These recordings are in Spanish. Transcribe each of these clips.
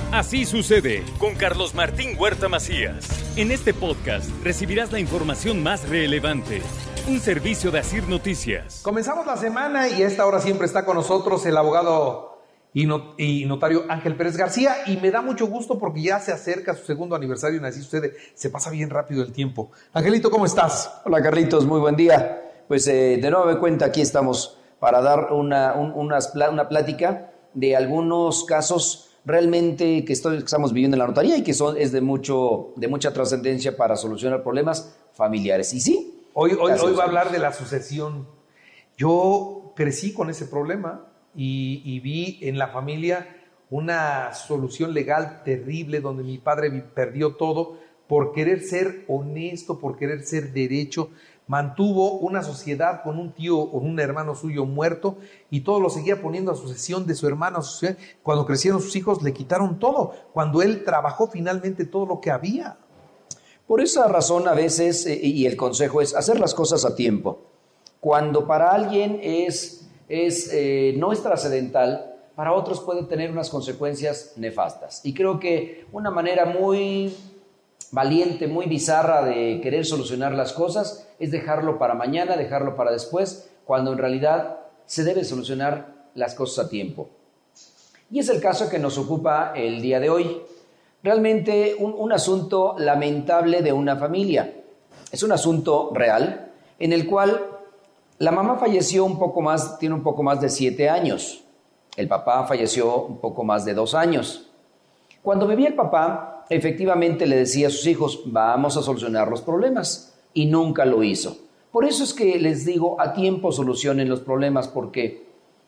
Así sucede con Carlos Martín Huerta Macías. En este podcast recibirás la información más relevante. Un servicio de Asir Noticias. Comenzamos la semana y a esta hora siempre está con nosotros el abogado y notario Ángel Pérez García, y me da mucho gusto porque ya se acerca su segundo aniversario en Así Sucede. Se pasa bien rápido el tiempo. Angelito, ¿cómo estás? Hola Carlitos, muy buen día. Pues de nueva cuenta aquí estamos para dar una plática de algunos casos realmente que estamos viviendo en la notaría y que es de mucha trascendencia para solucionar problemas familiares. Y sí, hoy va a hablar de la sucesión. Yo crecí con ese problema y vi en la familia una solución legal terrible donde mi padre perdió todo por querer ser honesto, por querer ser derecho. Mantuvo una sociedad con un tío o un hermano suyo muerto y todo lo seguía poniendo a sucesión de su hermano. Cuando crecieron sus hijos le quitaron todo, cuando él trabajó finalmente todo lo que había. Por esa razón a veces, y el consejo es hacer las cosas a tiempo. Cuando para alguien no es trascendental, para otros puede tener unas consecuencias nefastas. Y creo que una manera muy valiente, muy bizarra de querer solucionar las cosas es dejarlo para mañana, dejarlo para después, cuando en realidad se debe solucionar las cosas a tiempo. Y es el caso que nos ocupa el día de hoy. Realmente un asunto lamentable de una familia. Es un asunto real en el cual la mamá falleció tiene un poco más de 7 años. El papá falleció un poco más de 2 años. Cuando vivía el papá, efectivamente le decía a sus hijos, vamos a solucionar los problemas, y nunca lo hizo. Por eso es que les digo, a tiempo solucionen los problemas, porque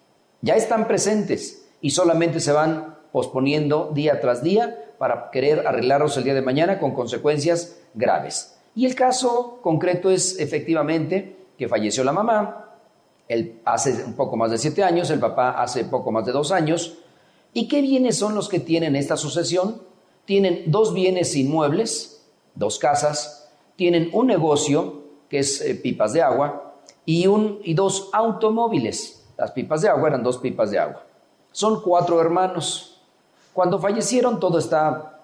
ya están presentes y solamente se van posponiendo día tras día para querer arreglarlos el día de mañana con consecuencias graves. Y el caso concreto es efectivamente que falleció la mamá, él hace un poco más de 7 años, el papá hace poco más de 2 años. ¿Y qué bienes son los que tienen esta sucesión? Tienen 2 bienes inmuebles, 2 casas, tienen un negocio, que es pipas de agua, y 2 automóviles. Las pipas de agua eran 2 pipas de agua. Son 4 hermanos. Cuando fallecieron todo está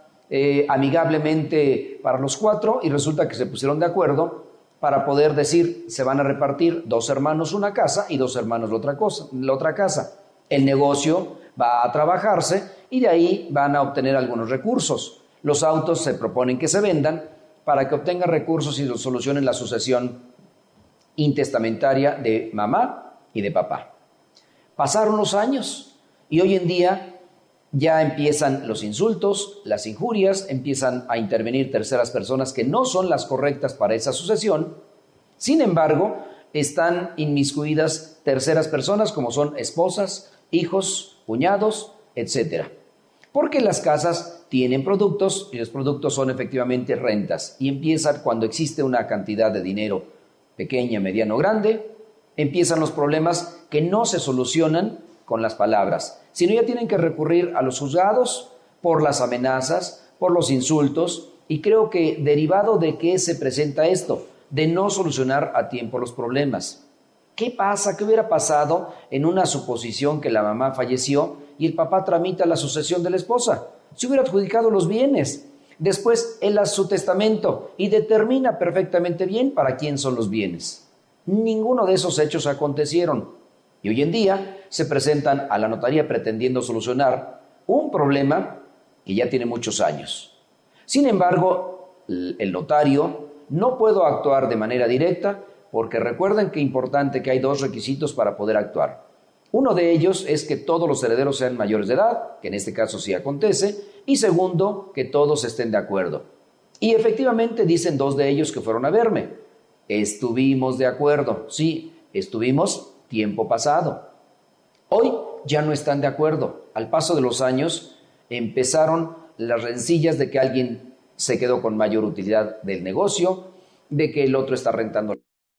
amigablemente para los 4 y resulta que se pusieron de acuerdo para poder decir, se van a repartir 2 hermanos una casa y 2 hermanos la otra casa. El negocio va a trabajarse y de ahí van a obtener algunos recursos. Los autos se proponen que se vendan para que obtengan recursos y solucionen la sucesión intestamentaria de mamá y de papá. Pasaron los años y hoy en día ya empiezan los insultos, las injurias, empiezan a intervenir terceras personas que no son las correctas para esa sucesión. Sin embargo, están inmiscuidas terceras personas como son esposas, hijos, cuñados, etc. Porque las casas tienen productos y los productos son efectivamente rentas y empiezan cuando existe una cantidad de dinero pequeña, mediana o grande, empiezan los problemas que no se solucionan con las palabras, sino ya tienen que recurrir a los juzgados por las amenazas, por los insultos, y creo que derivado de qué se presenta esto, de no solucionar a tiempo los problemas. ¿Qué pasa? ¿Qué hubiera pasado en una suposición que la mamá falleció y el papá tramita la sucesión de la esposa? Se hubiera adjudicado los bienes. Después él hace su testamento y determina perfectamente bien para quién son los bienes. Ninguno de esos hechos acontecieron. Y hoy en día se presentan a la notaría pretendiendo solucionar un problema que ya tiene muchos años. Sin embargo, el notario no puede actuar de manera directa porque recuerden que es importante que hay 2 requisitos para poder actuar. Uno de ellos es que todos los herederos sean mayores de edad, que en este caso sí acontece, y segundo, que todos estén de acuerdo. Y efectivamente dicen 2 de ellos que fueron a verme. Estuvimos de acuerdo, sí, estuvimos tiempo pasado. Hoy ya no están de acuerdo. Al paso de los años empezaron las rencillas de que alguien se quedó con mayor utilidad del negocio, de que el otro está rentando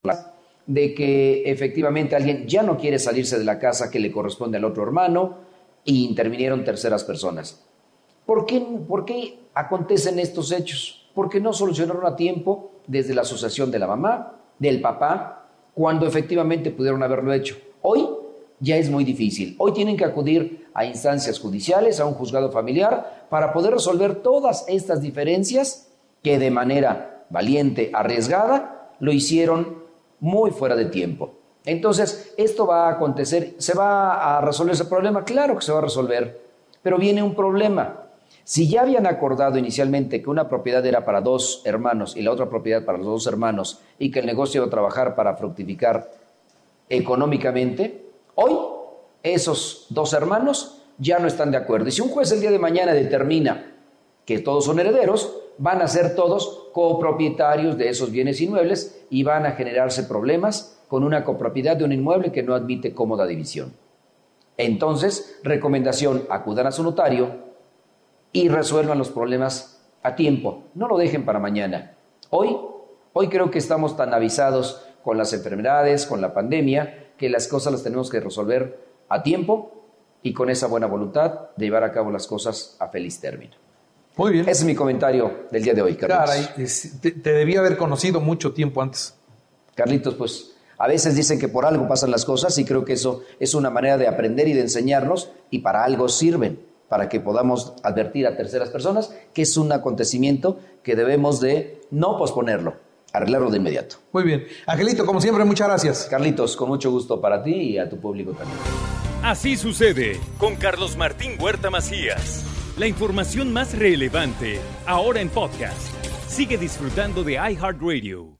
de que efectivamente alguien ya no quiere salirse de la casa que le corresponde al otro hermano y intervinieron terceras personas. ¿Por qué acontecen estos hechos? Porque no solucionaron a tiempo desde la asociación de la mamá, del papá, cuando efectivamente pudieron haberlo hecho. Hoy ya es muy difícil. Hoy tienen que acudir a instancias judiciales, a un juzgado familiar, para poder resolver todas estas diferencias que de manera valiente, arriesgada, lo hicieron muy fuera de tiempo. Entonces, esto va a acontecer, ¿se va a resolver ese problema? Claro que se va a resolver, pero viene un problema. Si ya habían acordado inicialmente que una propiedad era para 2 hermanos y la otra propiedad para los 2 hermanos y que el negocio iba a trabajar para fructificar económicamente, hoy esos 2 hermanos ya no están de acuerdo. Y si un juez el día de mañana determina que todos son herederos, van a ser todos copropietarios de esos bienes inmuebles y van a generarse problemas con una copropiedad de un inmueble que no admite cómoda división. Entonces, recomendación, acudan a su notario y resuelvan los problemas a tiempo. No lo dejen para mañana. Hoy creo que estamos tan avisados con las enfermedades, con la pandemia, que las cosas las tenemos que resolver a tiempo y con esa buena voluntad de llevar a cabo las cosas a feliz término. Muy bien. Ese es mi comentario del día de hoy, Carlitos. Caray, te debía haber conocido mucho tiempo antes. Carlitos, pues a veces dicen que por algo pasan las cosas y creo que eso es una manera de aprender y de enseñarnos y para algo sirven, para que podamos advertir a terceras personas que es un acontecimiento que debemos de no posponerlo, arreglarlo de inmediato. Muy bien. Angelito, como siempre, muchas gracias. Carlitos, con mucho gusto para ti y a tu público también. Así sucede con Carlos Martín Huerta Macías. La información más relevante, ahora en podcast. Sigue disfrutando de iHeartRadio.